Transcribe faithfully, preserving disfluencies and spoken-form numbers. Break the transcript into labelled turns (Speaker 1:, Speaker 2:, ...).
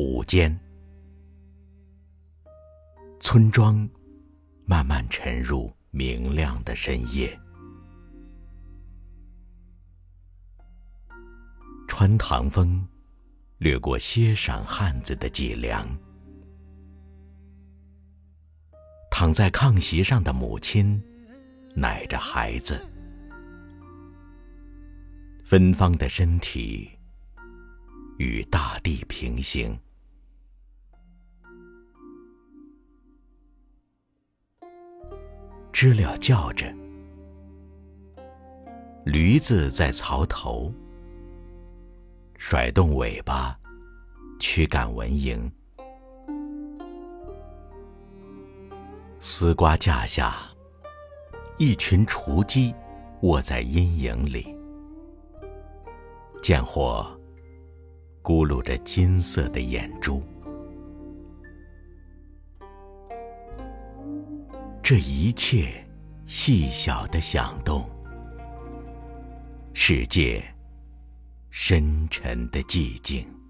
Speaker 1: 午间，村庄慢慢沉入明亮的深夜。穿堂风掠过些闪汉子的脊梁，躺在炕席上的母亲奶着孩子，芬芳的身体与大地平行。知了叫着，驴子在槽头甩动尾巴驱赶蚊蝇。丝瓜架下，一群雏鸡卧在阴影里，见或咕噜着金色的眼珠。这一切细小的响动，世界深沉的寂静。